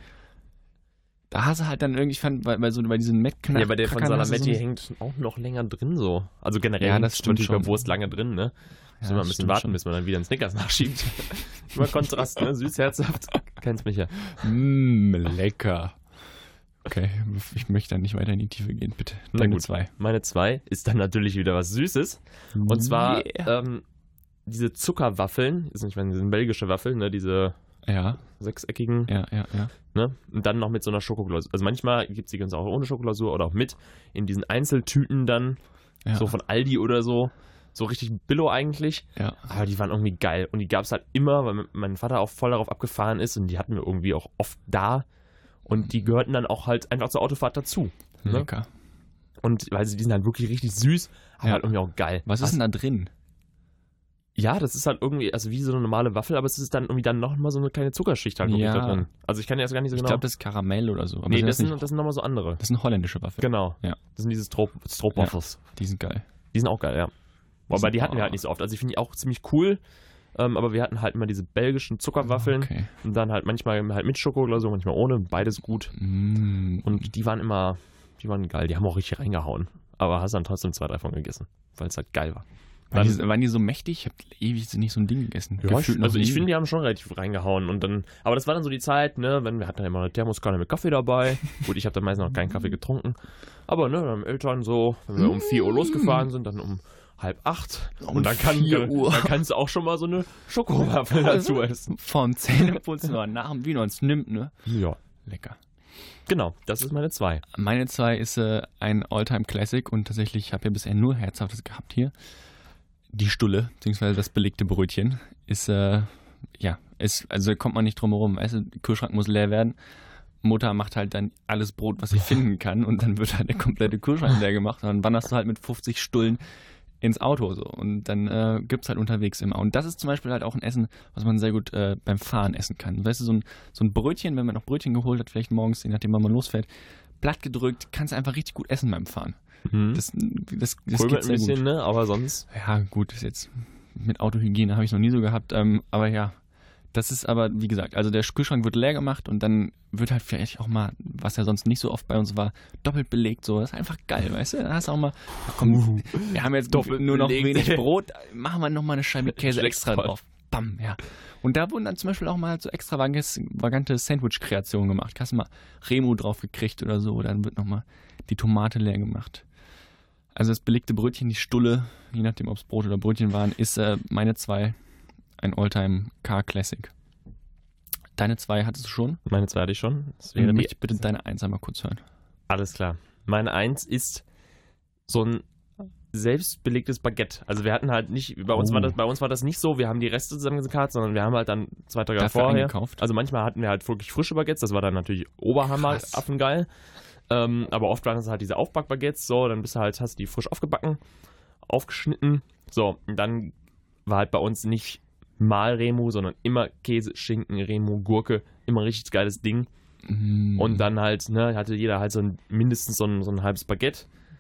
Da hast du halt dann irgendwie, ich fand, bei diesen Mettknackern. Ja, bei der von Salametti hängt auch noch länger drin so. Also generell Ja, hängt das stimmt natürlich bei schon. Wurst lange drin, ne? Müssen wir mal ein bisschen stimmt warten, schon. bis man dann wieder einen Snickers nachschiebt. Immer Kontrast, ne? Süß, herzhaft. Kennst mich ja. Lecker. Okay, ich möchte dann nicht weiter in die Tiefe gehen, bitte. Na Deine gut. 2. Meine 2 ist dann natürlich wieder was Süßes. Und zwar diese Zuckerwaffeln, ich meine, das sind belgische Waffeln, ne? Diese Ja, sechseckigen, ja. ne? Und dann noch mit so einer Schokoglasur. Also manchmal gibt es die ganz auch ohne Schokoglasur oder auch mit in diesen Einzeltüten dann, Ja. so von Aldi oder so. So richtig Billo eigentlich. Ja. Aber die waren irgendwie geil. Und die gab es halt immer, weil mein Vater auch voll darauf abgefahren ist und die hatten wir irgendwie auch oft da. Und die gehörten dann auch halt einfach zur Autofahrt dazu. Ne? Lecker. Und weil die sind halt wirklich richtig süß, aber Ja. halt irgendwie auch geil. Was ist denn da drin? Ja, das ist halt irgendwie, also wie so eine normale Waffel, aber es ist dann irgendwie dann noch mal so eine kleine Zuckerschicht halt wirklich Ja. da drin. Also ich kann ja jetzt gar nicht so Ich genau. glaube, das ist Karamell oder so. Aber nee, sind das nicht- sind nochmal so andere. das sind holländische Waffeln. Genau. Ja. Das sind diese Stroopwaffels. Die sind geil. Die sind auch geil, ja. Aber die hatten wir halt nicht so oft. Also ich finde die auch ziemlich cool. Aber wir hatten halt immer diese belgischen Zuckerwaffeln. Okay. Und dann halt manchmal halt mit Schokoglasur, manchmal ohne. Beides gut. Und die waren geil. Die haben auch richtig reingehauen. Aber hast dann trotzdem 2, 3 von gegessen. Weil es halt geil war. Waren die so mächtig? Ich habe ewig nicht so ein Ding gegessen. Ja, Gefühlt noch also ich nie. finde, die haben schon relativ reingehauen. Und dann, aber das war dann so die Zeit, ne, wir hatten dann immer eine Thermoskanne mit Kaffee dabei. Gut, ich habe dann meistens noch keinen Kaffee getrunken. Aber ne, meine Eltern so, wenn wir um 4 Uhr losgefahren sind, dann um 7:30. Und dann, 4 Uhr. dann kannst du auch schon mal so eine Schokowaffel dazu essen. Vorm Zähneputzen oder nach dem, wie man es nimmt, ne? Ja, Lecker. genau, das ist meine 2. Meine 2 ist ein Alltime-Classic und tatsächlich, ich habe ja bisher nur Herzhaftes gehabt hier. Die Stulle, beziehungsweise das belegte Brötchen, ist, also kommt man nicht drum herum. Weißt du, der Kühlschrank muss leer werden. Mutter macht halt dann alles Brot, was sie finden kann und dann wird halt der komplette Kühlschrank leer gemacht und dann wanderst du halt mit 50 Stullen ins Auto so und dann gibt's halt unterwegs immer. Und das ist zum Beispiel halt auch ein Essen, was man sehr gut beim Fahren essen kann. Weißt du, so ein Brötchen, wenn man noch Brötchen geholt hat, vielleicht morgens, je nachdem, wann man losfährt, platt gedrückt, kannst du einfach richtig gut essen beim Fahren. Das Cool geht mit ein sehr bisschen, gut. ne, aber sonst. Ja, gut, ist jetzt mit Autohygiene habe ich noch nie so gehabt, aber ja, das ist aber, wie gesagt, also der Kühlschrank wird leer gemacht und dann wird halt vielleicht auch mal, was ja sonst nicht so oft bei uns war, doppelt belegt, so, das ist einfach geil, weißt du, da hast du auch mal, komm, wir haben jetzt Doppelt nur noch belegt. wenig Brot, machen wir noch mal eine Scheibe Käse Schlägst extra voll. drauf, bam, ja. Und da wurden dann zum Beispiel auch mal so extravagante Sandwich-Kreationen gemacht, hast du mal Remu drauf gekriegt oder so, dann wird noch mal die Tomate leer gemacht. Also das belegte Brötchen, die Stulle, je nachdem, ob es Brot oder Brötchen waren, ist meine 2 ein Alltime Car Classic. Deine 2 hattest du schon? Meine 2 hatte ich schon. Das Dann wäre möchte ich bitte deine 1 einmal kurz hören. Alles klar. Meine 1 ist so ein selbstbelegtes Baguette. Also wir hatten halt nicht, bei uns war das nicht so, wir haben die Reste zusammengekarrt, sondern wir haben halt dann 2 Tage Dafür vorher. eingekauft? Also manchmal hatten wir halt wirklich frische Baguettes, das war dann natürlich Oberhammer, Krass. affengeil. Aber oft waren es halt diese Aufbackbaguettes, so, dann hast du die frisch aufgebacken, aufgeschnitten. So, und dann war halt bei uns nicht mal Remu, sondern immer Käse, Schinken, Remu, Gurke, immer ein richtig geiles Ding. Und dann halt, ne, hatte jeder halt mindestens so ein halbes Baguette.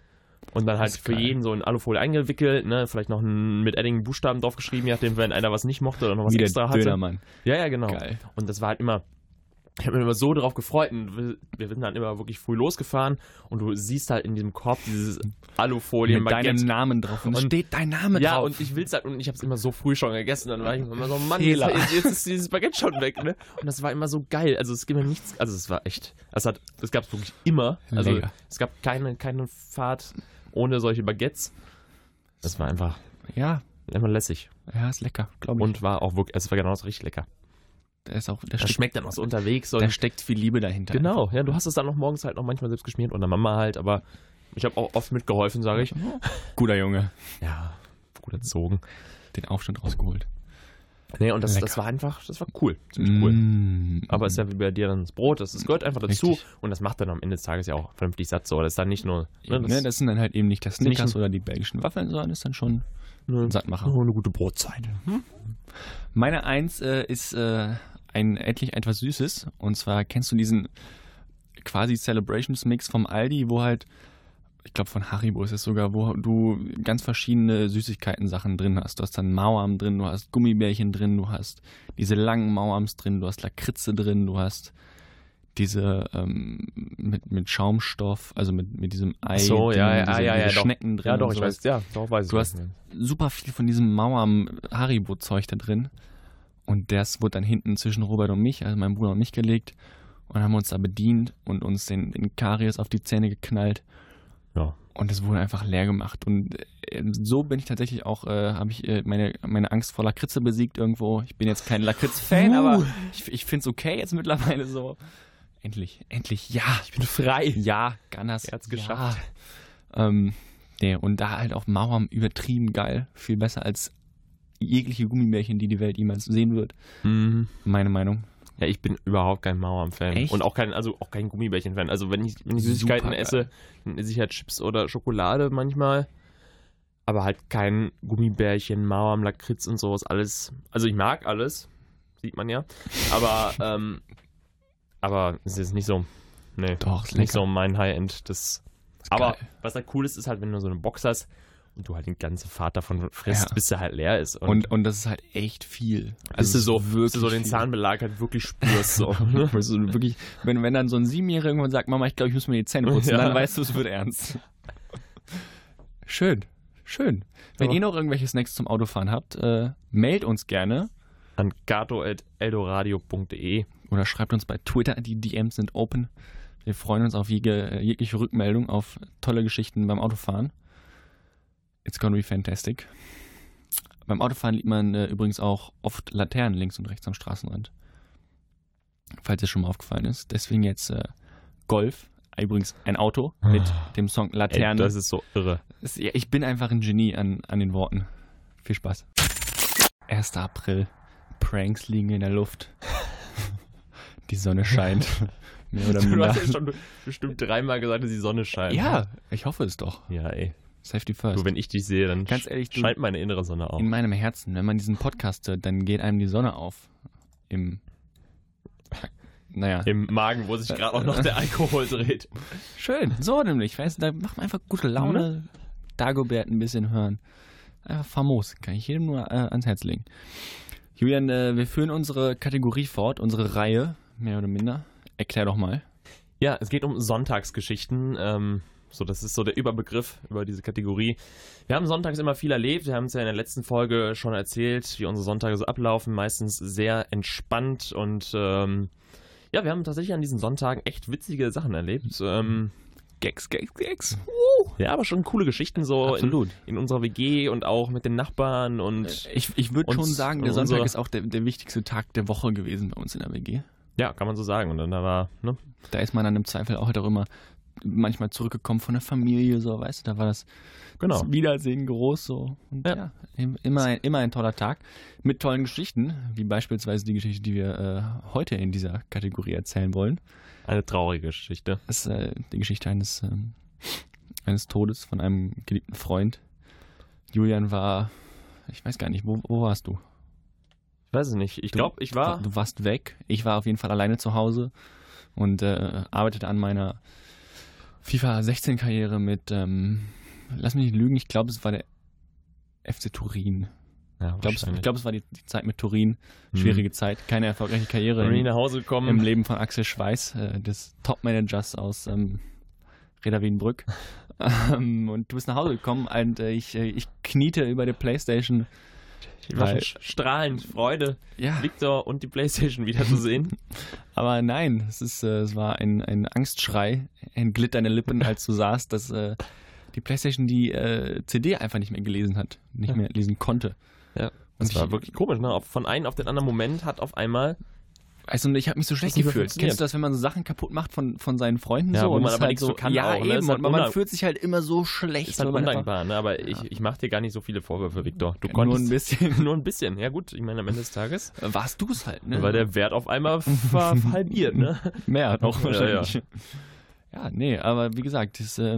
Und dann halt Das ist für geil. jeden so in Alufolie eingewickelt, ne? Vielleicht noch mit Edding Buchstaben drauf geschrieben, je nachdem, wenn einer was nicht mochte oder noch was Wie der extra hatte. Dönermann. Ja, genau. Geil. Und das war halt immer, ich habe mich immer so drauf gefreut und wir sind dann immer wirklich früh losgefahren und du siehst halt in diesem Korb dieses Alufolie Mit deinem Baguette. Namen drauf. Und Und- steht dein Name Ja, drauf. und ich will's halt, und ich habe es immer so früh schon gegessen, dann war ich immer so, Mann, Fehler. jetzt ist dieses Baguette schon weg, ne? Und das war immer so geil, also es gibt mir nichts, also es war echt, es gab es wirklich immer, also Lecker. es gab keine Fahrt ohne solche Baguettes. Das war einfach Ja, immer lässig ist lecker, glaube ich. und war auch wirklich, es war genau so richtig lecker. der ist auch, der Das steckt, schmeckt dann auch so unterwegs. da Und steckt viel Liebe dahinter. genau, ja, du hast es dann noch morgens halt noch manchmal selbst geschmiert oder Mama halt, aber ich habe auch oft mitgeholfen, sage ich. Guter Junge. Ja, gut erzogen. Den Aufstand rausgeholt. Nee, und das Lecker. war einfach, das war cool, ziemlich cool. Aber es ist ja wie bei dir dann das Brot, das gehört einfach dazu Richtig. und das macht dann am Ende des Tages ja auch vernünftig satt so. Das ist dann nicht nur das sind dann halt eben nicht das nicht Snickers ein- oder die belgischen Waffeln, sondern ist dann schon ein Sattmacher. nur eine gute Brotzeit. Meine Eins ist endlich etwas Süßes. Und zwar kennst du diesen quasi Celebrations Mix vom Aldi, wo halt, ich glaube von Haribo ist es sogar, wo du ganz verschiedene Süßigkeiten-Sachen drin hast. Du hast dann Mauern drin, du hast Gummibärchen drin, du hast diese langen Mauams drin, du hast Lakritze drin, du hast diese mit Schaumstoff, also mit diesem Ei, So, ja, diese doch. Schnecken drin. Ja, doch, und ich sowas. weiß, ja, doch weiß ich. Du hast super viel von diesem Mauern-Haribo-Zeug da drin. Und das wurde dann hinten zwischen Robert und mich, also meinem Bruder und mich gelegt. Und haben uns da bedient und uns den Karies auf die Zähne geknallt. Ja. Und es wurde einfach leer gemacht. Und so bin ich tatsächlich auch, habe ich meine Angst vor Lakritze besiegt irgendwo. Ich bin jetzt kein Lakritz-Fan, aber ich finde es okay jetzt mittlerweile so. Endlich, ja. Ich bin frei. Ja, Ganas. Er hat's geschafft. Ja. Nee, und da halt auf Mauern übertrieben geil. Viel besser als jegliche Gummibärchen, die Welt jemals sehen wird. Mhm. Meine Meinung. Ja, ich bin überhaupt kein Mauern-Fan. Echt? Und auch kein Gummibärchen-Fan. Also wenn ich Süßigkeiten Supergeil. esse, dann esse ich halt Chips oder Schokolade manchmal. Aber halt kein Gummibärchen, Mauern, Lakritz und sowas, alles. Also ich mag alles, sieht man ja. Aber es ist nicht so, nee, Doch, ist nicht lecker. so mein High-End. Ist Aber geil. was halt cool ist, halt, wenn du so eine Box hast und du halt die ganze Fahrt davon frisst, Ja. bis sie halt leer ist. Und das ist halt echt viel. bis du es so, ist bis du so den viel. Zahnbelag halt wirklich spürst. So. Also wirklich, wenn dann so ein 7-Jähriger irgendwann sagt, Mama, ich glaube, ich muss mir die Zähne putzen, Ja. dann weißt du, es wird ernst. Schön. Wenn Ja. ihr noch irgendwelche Snacks zum Autofahren habt, mailt uns gerne An gato@eldoradio.de. oder schreibt uns bei Twitter, die DMs sind open. Wir freuen uns auf jegliche Rückmeldung, auf tolle Geschichten beim Autofahren. It's gonna be fantastic. Beim Autofahren liebt man übrigens auch oft Laternen links und rechts am Straßenrand. Falls dir schon mal aufgefallen ist. Deswegen jetzt Golf. Übrigens ein Auto mit dem Song Laterne. Ey, das ist so irre. Ja, ich bin einfach ein Genie an den Worten. Viel Spaß. 1. April. Pranks liegen in der Luft. Die Sonne scheint. Mehr oder Du minder. hast ja schon bestimmt 3-mal gesagt, dass die Sonne scheint. Ja, ich hoffe es doch. Ja, ey. Safety first. Du, wenn ich dich sehe, dann Ganz ehrlich, du- scheint meine innere Sonne auf. In meinem Herzen, wenn man diesen Podcast hört, dann geht einem die Sonne auf. Naja. Im Magen, wo sich gerade auch noch der Alkohol dreht. Schön. So nämlich. Weißt du, da macht man einfach gute Laune. Dagobert ein bisschen hören. Einfach famos. Kann ich jedem nur ans Herz legen. Julian, wir führen unsere Kategorie fort, unsere Reihe, mehr oder minder. Erklär doch mal. Ja, es geht um Sonntagsgeschichten. So, das ist so der Überbegriff über diese Kategorie. Wir haben sonntags immer viel erlebt. Wir haben es ja in der letzten Folge schon erzählt, wie unsere Sonntage so ablaufen. Meistens sehr entspannt und ja, wir haben tatsächlich an diesen Sonntagen echt witzige Sachen erlebt. Gags. Ja, aber schon coole Geschichten so Absolut. in unserer WG und auch mit den Nachbarn und Ich würde Und schon sagen, der unsere- Sonntag ist auch der wichtigste Tag der Woche gewesen bei uns in der WG. ja, kann man so sagen. Und dann da war, ne? Da ist man dann im Zweifel auch halt auch immer manchmal zurückgekommen von der Familie, so, weißt du, da war das Wiedersehen groß, so. Und Ja. immer ein toller Tag mit tollen Geschichten, wie beispielsweise die Geschichte, die wir heute in dieser Kategorie erzählen wollen. Eine traurige Geschichte. Das ist die Geschichte eines Todes von einem geliebten Freund. Julian war, ich weiß gar nicht, wo warst du? Ich weiß es nicht. Ich glaube, ich war. Du warst weg. Ich war auf jeden Fall alleine zu Hause und arbeitete an meiner FIFA 16 Karriere mit lass mich nicht lügen, ich glaube, es war der FC Turin. Ja, Ich glaube, es war die Zeit mit Turin. Schwierige Zeit. Keine erfolgreiche Karriere Bin ich nach Hause gekommen. im Leben von Axel Schweiß, des Top-Managers aus Reda Wiedenbrück. Und du bist nach Hause gekommen und ich kniete über die Playstation. Ich war strahlend Freude, Ja, Victor und die Playstation wieder zu sehen. aber nein, es war ein Angstschrei, entglitt deine Lippen, als du sahst, dass die Playstation die CD einfach nicht mehr gelesen hat, nicht mehr lesen konnte. Ja, das war wirklich komisch, ne? Von einem auf den anderen Moment hat auf einmal... Also ich habe mich so schlecht nicht mehr gefühlt. funktioniert. Kennst du das, wenn man so Sachen kaputt macht von seinen Freunden? Ja, so, wo und man es aber halt nichts so kann ja, auch, ne? eben. Ist halt Und man fühlt sich halt immer so schlecht. Ist halt weil man undankbar, ne? Aber ich mach dir gar nicht so viele Vorwürfe, Victor. Du Nur konntest ein bisschen. nur ein bisschen. Ja gut, ich meine, am Ende des Tages Warst du es halt, ne? war der Wert auf einmal halbiert, ne? Mehr noch Ja, wahrscheinlich. Ja, nee, aber wie gesagt,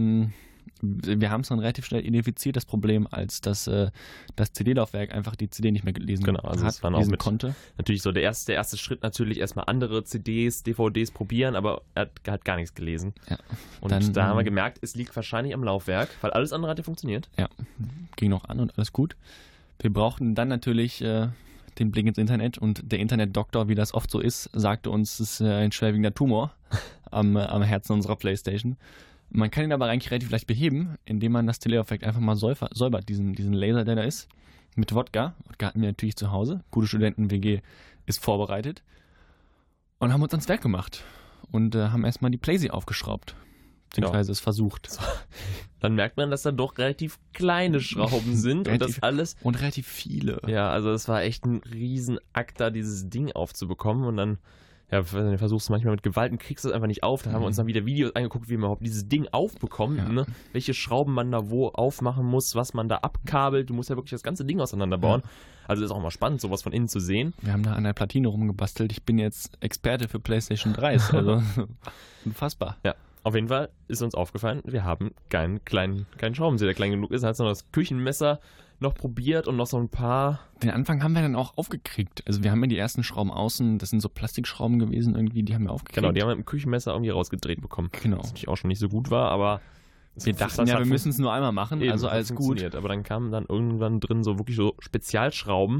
wir haben es dann relativ schnell identifiziert, das Problem, als das CD-Laufwerk einfach die CD nicht mehr gelesen Genau, also hat, es waren auch lesen konnte. Natürlich so der erste Schritt natürlich erstmal andere CDs, DVDs probieren, aber er hat gar nichts gelesen. Ja. Und Dann, da haben wir gemerkt, es liegt wahrscheinlich am Laufwerk, weil alles andere hat ja funktioniert. Ja, ging noch an und alles gut. Wir brauchten dann natürlich den Blick ins Internet und der Internetdoktor, wie das oft so ist, sagte uns, es ist ein schwerwiegender Tumor am Herzen unserer Playstation. Man kann ihn aber eigentlich relativ leicht beheben, indem man das CD-Laufwerk einfach mal säubert, diesen Laser, der da ist, mit Wodka. Wodka hatten wir natürlich zu Hause. Gute Studenten-WG ist vorbereitet. Und haben uns ans Werk gemacht und haben erstmal die Playsee aufgeschraubt. Beziehungsweise es versucht. Dann merkt man, dass da doch relativ kleine Schrauben sind und das alles. Und relativ viele. Ja, also es war echt ein Riesenakt, da dieses Ding aufzubekommen und dann, ja, versuchst du manchmal mit Gewalt und kriegst es einfach nicht auf. Da haben wir uns dann wieder Videos angeguckt, wie man überhaupt dieses Ding aufbekommt, Ja. ne? Welche Schrauben man da wo aufmachen muss, was man da abkabelt. Du musst ja wirklich das ganze Ding auseinanderbauen. Ja. Also ist auch mal spannend, sowas von innen zu sehen. Wir haben da an der Platine rumgebastelt. Ich bin jetzt Experte für PlayStation 3. Also unfassbar. Ja. Auf jeden Fall ist uns aufgefallen, wir haben keinen Schraubenzieher, der klein genug ist. Hat so das Küchenmesser noch probiert und noch so ein paar. Den Anfang haben wir dann auch aufgekriegt. Also wir haben ja die ersten Schrauben außen, das sind so Plastikschrauben gewesen irgendwie, die haben wir aufgekriegt. Genau, die haben wir mit dem Küchenmesser irgendwie rausgedreht bekommen. Genau. Was natürlich auch schon nicht so gut war, aber wir dachten ja, wir müssen es nur einmal machen, eben, also alles gut. Aber dann kamen dann irgendwann drin so wirklich so Spezialschrauben.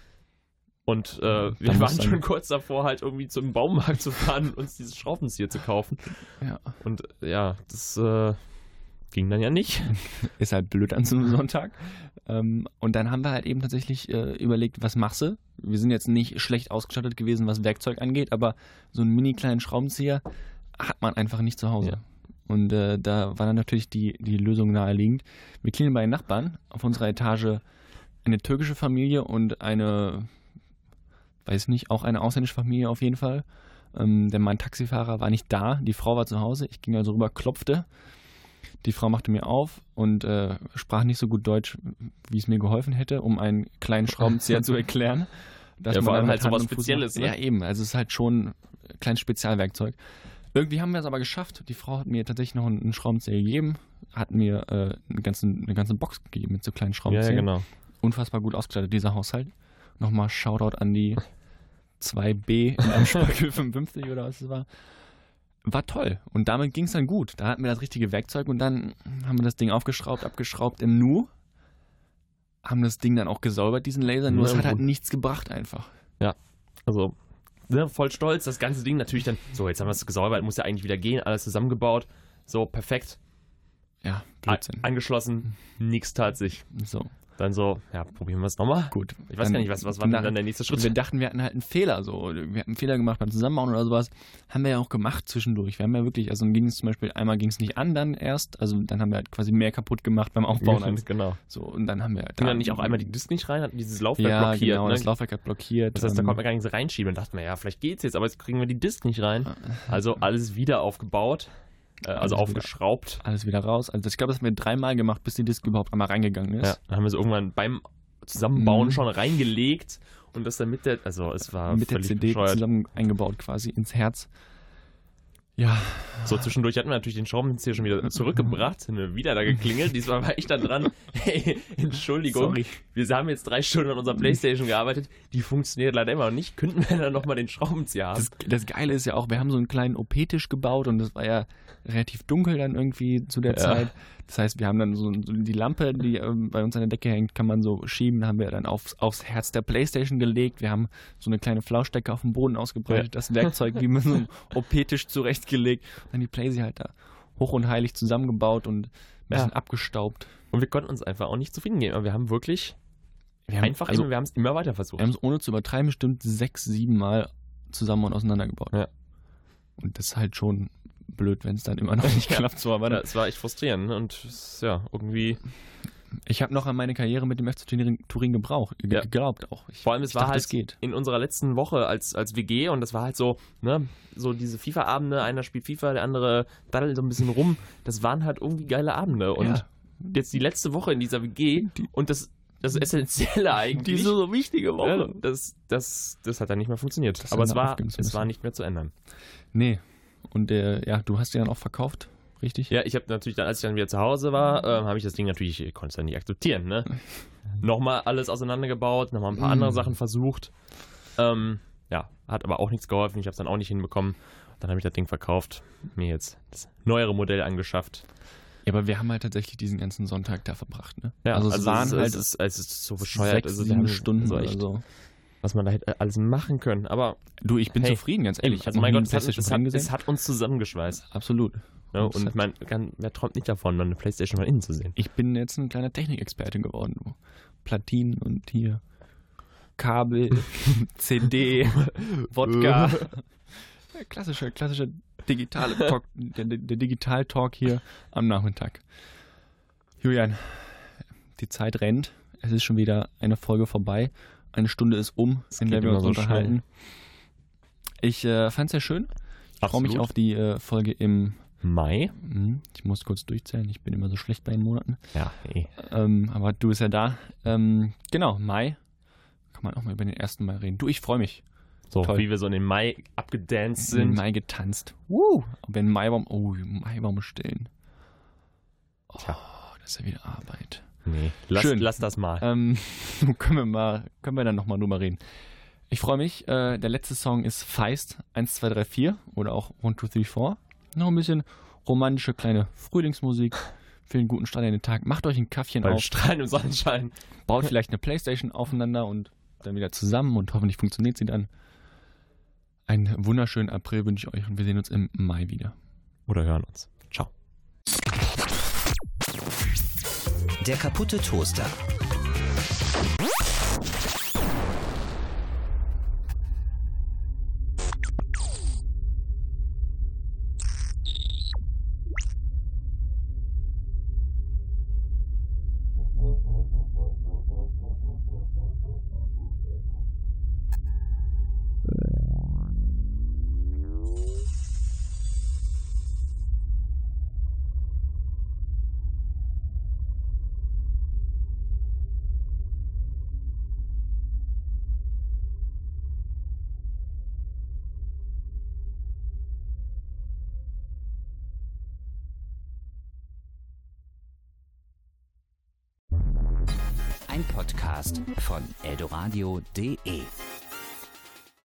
Und wir waren schon kurz davor, halt irgendwie zum Baumarkt zu fahren und uns dieses Schraubenzieher zu kaufen. Ja. Und ja, das ging dann ja nicht. Ist halt blöd an so einem Sonntag. Und dann haben wir halt eben tatsächlich überlegt, was machst du? Wir sind jetzt nicht schlecht ausgestattet gewesen, was Werkzeug angeht, aber so einen mini kleinen Schraubenzieher hat man einfach nicht zu Hause. Ja. Und da war dann natürlich die Lösung naheliegend. Wir klingeln bei den Nachbarn. Auf unserer Etage eine türkische Familie und eine, weiß nicht, auch eine ausländische Familie auf jeden Fall. Denn mein Taxifahrer war nicht da, die Frau war zu Hause. Ich ging also rüber, klopfte. Die Frau machte mir auf und sprach nicht so gut Deutsch, wie es mir geholfen hätte, um einen kleinen Schraubenzieher zu erklären. Dass ja, man vor allem halt Hand sowas und Fuß Spezielles, macht. ne? Ja, eben. Also es ist halt schon ein kleines Spezialwerkzeug. Irgendwie haben wir es aber geschafft. Die Frau hat mir tatsächlich noch einen Schraubenzieher gegeben, hat mir eine ganze Box gegeben mit so kleinen Schraubenzieher. Ja, genau. Unfassbar gut ausgestattet, dieser Haushalt. Nochmal Shoutout an die 2B in Amsperkel 55 oder was es war. War toll. Und damit ging es dann gut. Da hatten wir das richtige Werkzeug und dann haben wir das Ding aufgeschraubt, abgeschraubt im Nu. Haben das Ding dann auch gesäubert, diesen Laser. Nur es hat halt nichts gebracht einfach. Ja, also voll stolz. Das ganze Ding natürlich dann, so jetzt haben wir es gesäubert, muss ja eigentlich wieder gehen, alles zusammengebaut. So, perfekt. Ja, Blödsinn. Angeschlossen, nichts tat sich. So. Dann so, ja, probieren wir es nochmal. Gut. Ich weiß gar nicht, was war denn dann der nächste Schritt? Wir dachten, wir hatten halt einen Fehler. So. Wir hatten einen Fehler gemacht beim Zusammenbauen oder sowas. Haben wir ja auch gemacht zwischendurch. Wir haben ja wirklich, also dann ging es zum Beispiel, einmal ging es nicht an dann erst. Also dann haben wir halt quasi mehr kaputt gemacht beim Aufbauen. Genau. So, und dann haben wir halt ging dann nicht auch einmal die Disk nicht rein, hat dieses Laufwerk blockiert. Ja, genau, ne? das Laufwerk hat blockiert. Das heißt, da konnte man gar nicht so reinschieben. Dann dachten wir, ja, vielleicht geht's jetzt, aber jetzt kriegen wir die Disk nicht rein. Also alles wieder aufgebaut. Also aufgeschraubt. Alles wieder raus. Also ich glaube, das haben wir 3-mal gemacht, bis die Disk überhaupt einmal reingegangen ist. Ja, dann haben wir es irgendwann beim Zusammenbauen schon reingelegt und das dann mit der CD bescheuert. Zusammen eingebaut quasi ins Herz. Ja. So, zwischendurch hatten wir natürlich den Schraubenzieher schon wieder zurückgebracht, sind wir wieder da geklingelt. Diesmal war ich da dran. Hey, Entschuldigung, Sorry. Wir haben jetzt 3 Stunden an unserer Playstation gearbeitet. Die funktioniert leider immer noch nicht. Könnten wir dann nochmal den Schraubenzieher haben? Das Geile ist ja auch, wir haben so einen kleinen OP-Tisch gebaut und das war ja relativ dunkel dann irgendwie zu der Zeit. Das heißt, wir haben dann so die Lampe, die bei uns an der Decke hängt, kann man so schieben. Da haben wir dann aufs Herz der Playstation gelegt. Wir haben so eine kleine Flauschdecke auf dem Boden ausgebreitet, das Werkzeug wie mit so einem OP-Tisch zurechtgelegt. Dann die Playsee halt da hoch und heilig zusammengebaut und ein bisschen abgestaubt. Und wir konnten uns einfach auch nicht zufrieden geben. Aber wir haben wirklich wir haben es immer weiter versucht. Wir haben es ohne zu übertreiben bestimmt 6, 7 Mal zusammen und auseinandergebaut. Ja. Und das ist halt schon blöd, wenn es dann immer noch nicht klappt. So, aber es war echt frustrierend. Ne? Und irgendwie... Ich habe noch an meine Karriere mit dem FC Turin geglaubt auch. Vor allem, es war halt in unserer letzten Woche als WG und das war halt so, ne, so diese FIFA-Abende, einer spielt FIFA, der andere daddelt so ein bisschen rum. Das waren halt irgendwie geile Abende. Und jetzt die letzte Woche in dieser WG und das Essentielle eigentlich. Diese so wichtige Woche. Das hat dann nicht mehr funktioniert. Aber es war nicht mehr zu ändern. Nee. Und du hast ja dann auch verkauft, richtig? Ja, ich habe natürlich dann, als ich dann wieder zu Hause war, habe ich das Ding natürlich, konnte es dann nicht akzeptieren, ne? Nochmal alles auseinandergebaut, nochmal ein paar andere Sachen versucht. Hat aber auch nichts geholfen. Ich habe es dann auch nicht hinbekommen. Dann habe ich das Ding verkauft, mir jetzt das neuere Modell angeschafft. Ja, aber wir haben halt tatsächlich diesen ganzen Sonntag da verbracht, ne? Ja, also es waren halt es ist so bescheuert. 6, 7 Stunden so echt, oder so. Was man da hätte alles machen können. Aber du, ich bin zufrieden, ganz ehrlich. Also mein Gott, es hat uns zusammengeschweißt. Absolut. Ja, und wer träumt nicht davon, eine Playstation von innen zu sehen? Ich bin jetzt ein kleiner Technikexperte geworden. Du. Platinen und hier Kabel, CD, Wodka. Klassischer digitale Talk, der Digital-Talk hier am Nachmittag. Julian, die Zeit rennt. Es ist schon wieder eine Folge vorbei. Eine Stunde ist in der wir uns unterhalten. Ich fand es sehr schön. Ich freue mich auf die Folge im Mai. Ich muss kurz durchzählen. Ich bin immer so schlecht bei den Monaten. Ja, aber du bist ja da. Genau, Mai. Kann man auch mal über den 1. Mai reden. Du, ich freue mich. So, toll. Wie wir so in den Mai abgedanced sind. In den Mai getanzt. Aber den Maibaum stellen. Tja. Das ist ja wieder Arbeit. Nee, lass das mal. Können wir dann nochmal drüber reden. Ich freue mich. Der letzte Song ist Feist 1, 2, 3, 4 oder auch 1, 2, 3, 4. Noch ein bisschen romantische kleine Frühlingsmusik für einen guten Start in den Tag. Macht euch ein Kaffchen auf. Strahlen im Sonnenschein. Baut vielleicht eine Playstation aufeinander und dann wieder zusammen und hoffentlich funktioniert sie dann. Einen wunderschönen April wünsche ich euch und wir sehen uns im Mai wieder. Oder hören uns. Ciao. Der kaputte Toaster. Ein Podcast von eldoradio.de